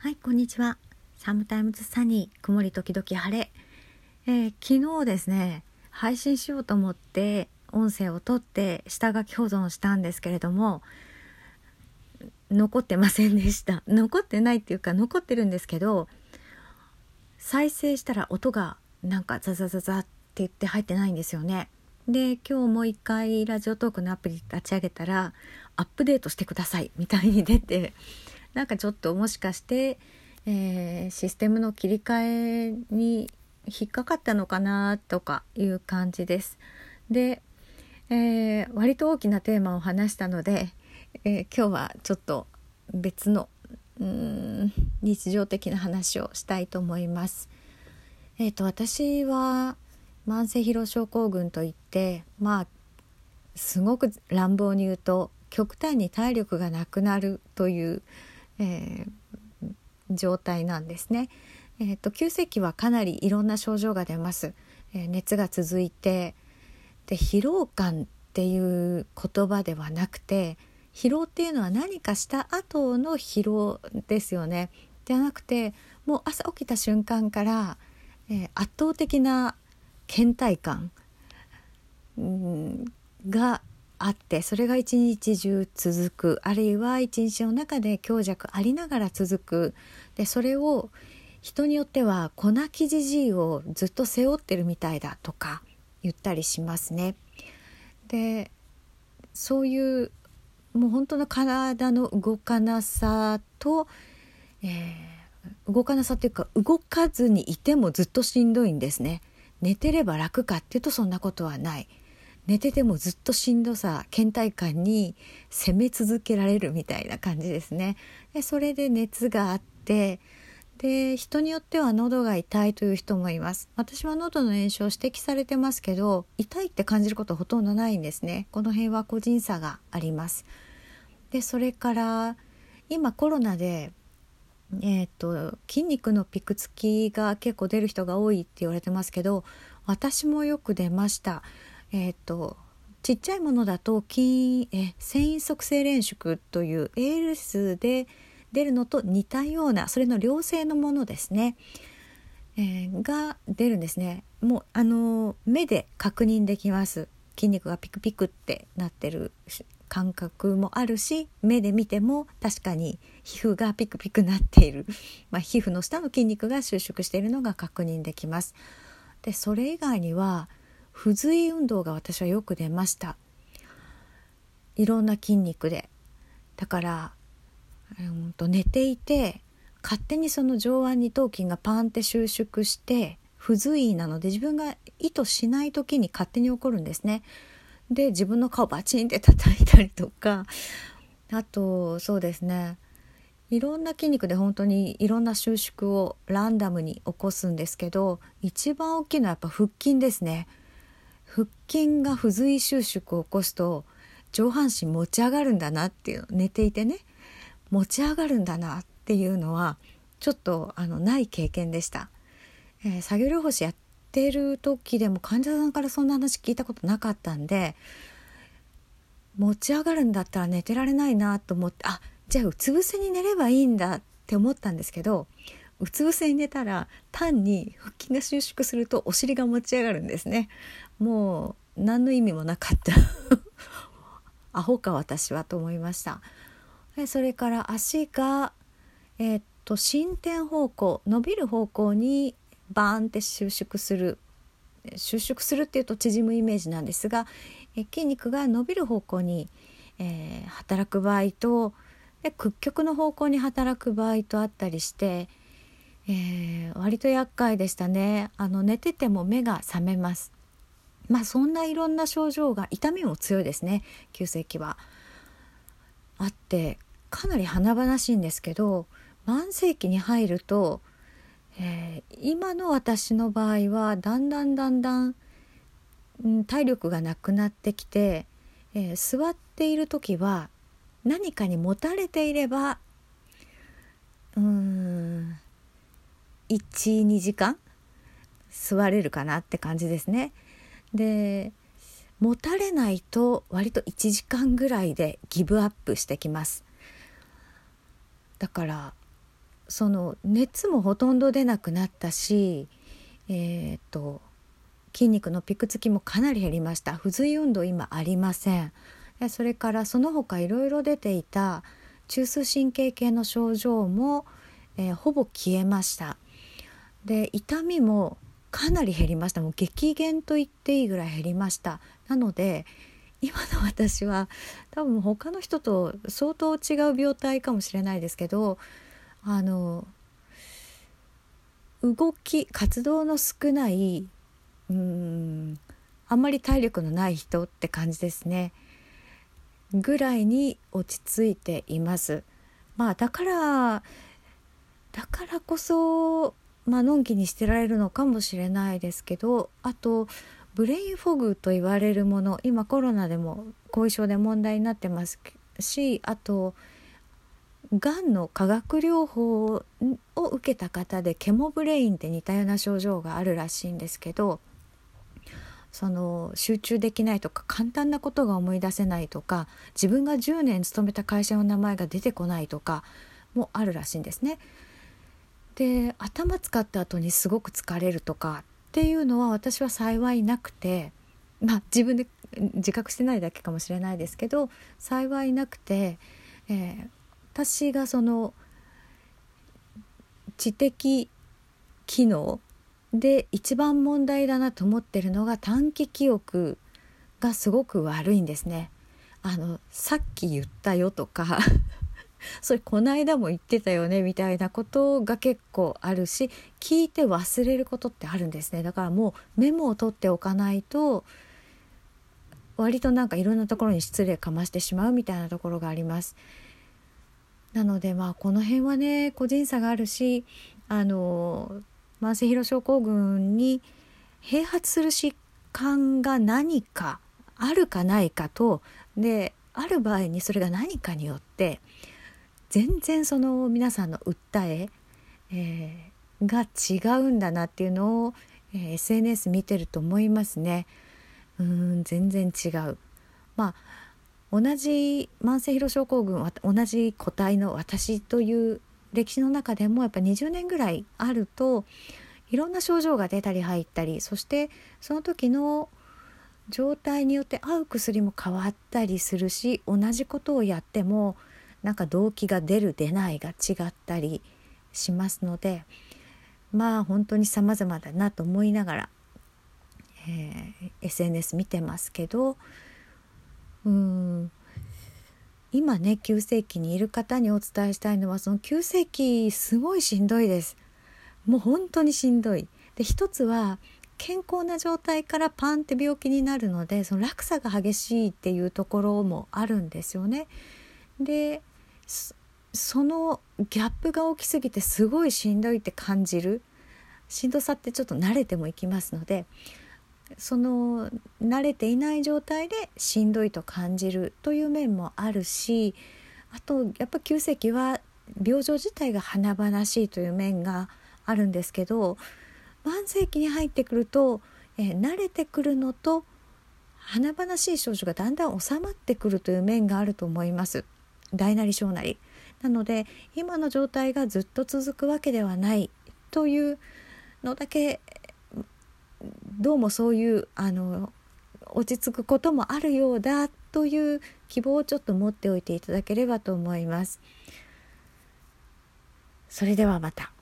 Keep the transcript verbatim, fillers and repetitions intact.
はい、こんにちは。サムタイムズサニー、曇り時々晴れ、えー、昨日ですね配信しようと思って音声を取って下書き保存したんですけれども、残ってませんでした。残ってないっていうか残ってるんですけど、再生したら音がなんかザザザザって言って入ってないんですよね。で、今日もう一回ラジオトークのアプリ立ち上げたらアップデートしてくださいみたいに出て、なんかちょっともしかして、えー、システムの切り替えに引っかかったのかなとかいう感じです。で、えー、割と大きなテーマを話したので、えー、今日はちょっと別のうーん日常的な話をしたいと思います。えーと、私は慢性疲労症候群といって、まあすごく乱暴に言うと極端に体力がなくなるという、えー、状態なんですね。えーと、急性期はかなりいろんな症状が出ます。えー、熱が続いて、で疲労感っていう言葉ではなくて、疲労っていうのは何かした後の疲労ですよね。ではなくて、もう朝起きた瞬間から、えー、圧倒的な倦怠感、うん、があって、それが一日中続く、あるいは一日の中で強弱ありながら続く。でそれを人によっては粉木じじいをずっと背負ってるみたいだとか言ったりしますね。でそういうもう本当の体の動かなさと、えー、動かなさっていうか、動かずにいてもずっとしんどいんですね。寝てれば楽かっていうとそんなことはない。寝ててもずっとしんどさ、倦怠感に攻め続けられるみたいな感じですね。でそれで熱があって、で人によっては喉が痛いという人もいます。私は喉の炎症を指摘されてますけど、痛いって感じることはほとんどないんですね。この辺は個人差があります。でそれから今コロナで、えー、と筋肉のピクつきが結構出る人が多いって言われてますけど、私もよく出ました。えー、とちっちゃいものだと筋え繊維束性連縮という エーエルエス で出るのと似たような、それの良性のものですね、えー、が出るんですね。もうあの目で確認できます。筋肉がピクピクってなってる感覚もあるし、目で見ても確かに皮膚がピクピクなっている、まあ、皮膚の下の筋肉が収縮しているのが確認できます。でそれ以外には不随運動が私はよく出ました。いろんな筋肉で。だから、うん、と寝ていて勝手にその上腕二頭筋がパーンって収縮して不随意なので、自分が意図しない時に勝手に起こるんですね。で自分の顔バチンって叩いたりとか、あとそうですね、いろんな筋肉で本当にいろんな収縮をランダムに起こすんですけど、一番大きいのはやっぱ腹筋ですね。腹筋が不随意収縮を起こすと上半身持ち上がるんだなっていう、寝ていてね持ち上がるんだなっていうのはちょっとあのない経験でした。えー、作業療法士やってる時でも患者さんからそんな話聞いたことなかったんで、持ち上がるんだったら寝てられないなと思って、あ、じゃあうつ伏せに寝ればいいんだって思ったんですけど、うつ伏せに寝たら単に腹筋が収縮するとお尻が持ち上がるんですね。もう何の意味もなかったアホか私はと思いました。それから足が、えー、っと伸展方向、伸びる方向にバーンって収縮する収縮するっていうと縮むイメージなんですが、え筋肉が伸びる方向に、えー、働く場合と、で屈曲の方向に働く場合とあったりして、えー、割と厄介でしたね。あの寝てても目が覚めます。まあそんないろんな症状が、痛みも強いですね、急性期はあって、かなり華々しいんですけど、慢性期に入ると、えー、今の私の場合はだんだんだんだん、うん、体力がなくなってきて、えー、座っている時は何かに持たれていればうーん いち、にじかん座れるかなって感じですね。で持たれないと割といちじかんぐらいでギブアップしてきます。だからその熱もほとんど出なくなったし、えー、っと筋肉のピクつきもかなり減りました。不随運動今ありません。でそれからその他いろいろ出ていた中枢神経系の症状も、えー、ほぼ消えました。で痛みもかなり減りました。もう激減と言っていいぐらい減りました。なので今の私は多分他の人と相当違う病態かもしれないですけど、あの動き活動の少ない、うーんあんまり体力のない人って感じですねぐらいに落ち着いています。まあだからだからこそ、まあのんきにしてられるのかもしれないですけど、あとブレインフォグと言われるもの、今コロナでも後遺症で問題になってますし、あとがんの化学療法を受けた方でケモブレインって似たような症状があるらしいんですけど、その集中できないとか簡単なことが思い出せないとか、自分がじゅうねん勤めた会社の名前が出てこないとかもあるらしいんですね。で頭使った後にすごく疲れるとかっていうのは私は幸いなくて、まあ自分で自覚してないだけかもしれないですけど幸いなくて、えー、私がその知的機能で一番問題だなと思ってるのが短期記憶がすごく悪いんですね。あのさっき言ったよとかそれこの間も言ってたよねみたいなことが結構あるし、聞いて忘れることってあるんですね。だからもうメモを取っておかないと割となんかいろんなところに失礼かましてしまうみたいなところがあります。なのでまあこの辺はね個人差があるし、あの慢性疲労症候群に併発する疾患が何かあるかないかと、である場合にそれが何かによって全然その皆さんの訴ええー、が違うんだなっていうのを、えー、エスエヌエス 見てると思いますね。うーん全然違う。まあ同じ慢性疲労症候群は同じ個体の私という歴史の中でもやっぱにじゅうねんぐらいあるといろんな症状が出たり入ったり、そしてその時の状態によって合う薬も変わったりするし、同じことをやってもなんか動機が出る出ないが違ったりしますので、まあ本当に様々だなと思いながら、えー、エスエヌエス 見てますけど、うーん今ね急性期にいる方にお伝えしたいのは、その急性期すごいしんどいです。もう本当にしんどい。で一つは健康な状態からパンって病気になるので、その落差が激しいっていうところもあるんですよね。でそのギャップが大きすぎてすごいしんどいって感じる。しんどさってちょっと慣れてもいきますので、その慣れていない状態でしんどいと感じるという面もあるし、あとやっぱ急性期は病状自体が華々しいという面があるんですけど、慢性期に入ってくると、えー、慣れてくるのと華々しい症状がだんだん収まってくるという面があると思います。大なり小なり。なので今の状態がずっと続くわけではないというのだけ、どうもそういうあの落ち着くこともあるようだという希望をちょっと持っておいていただければと思います。それではまた。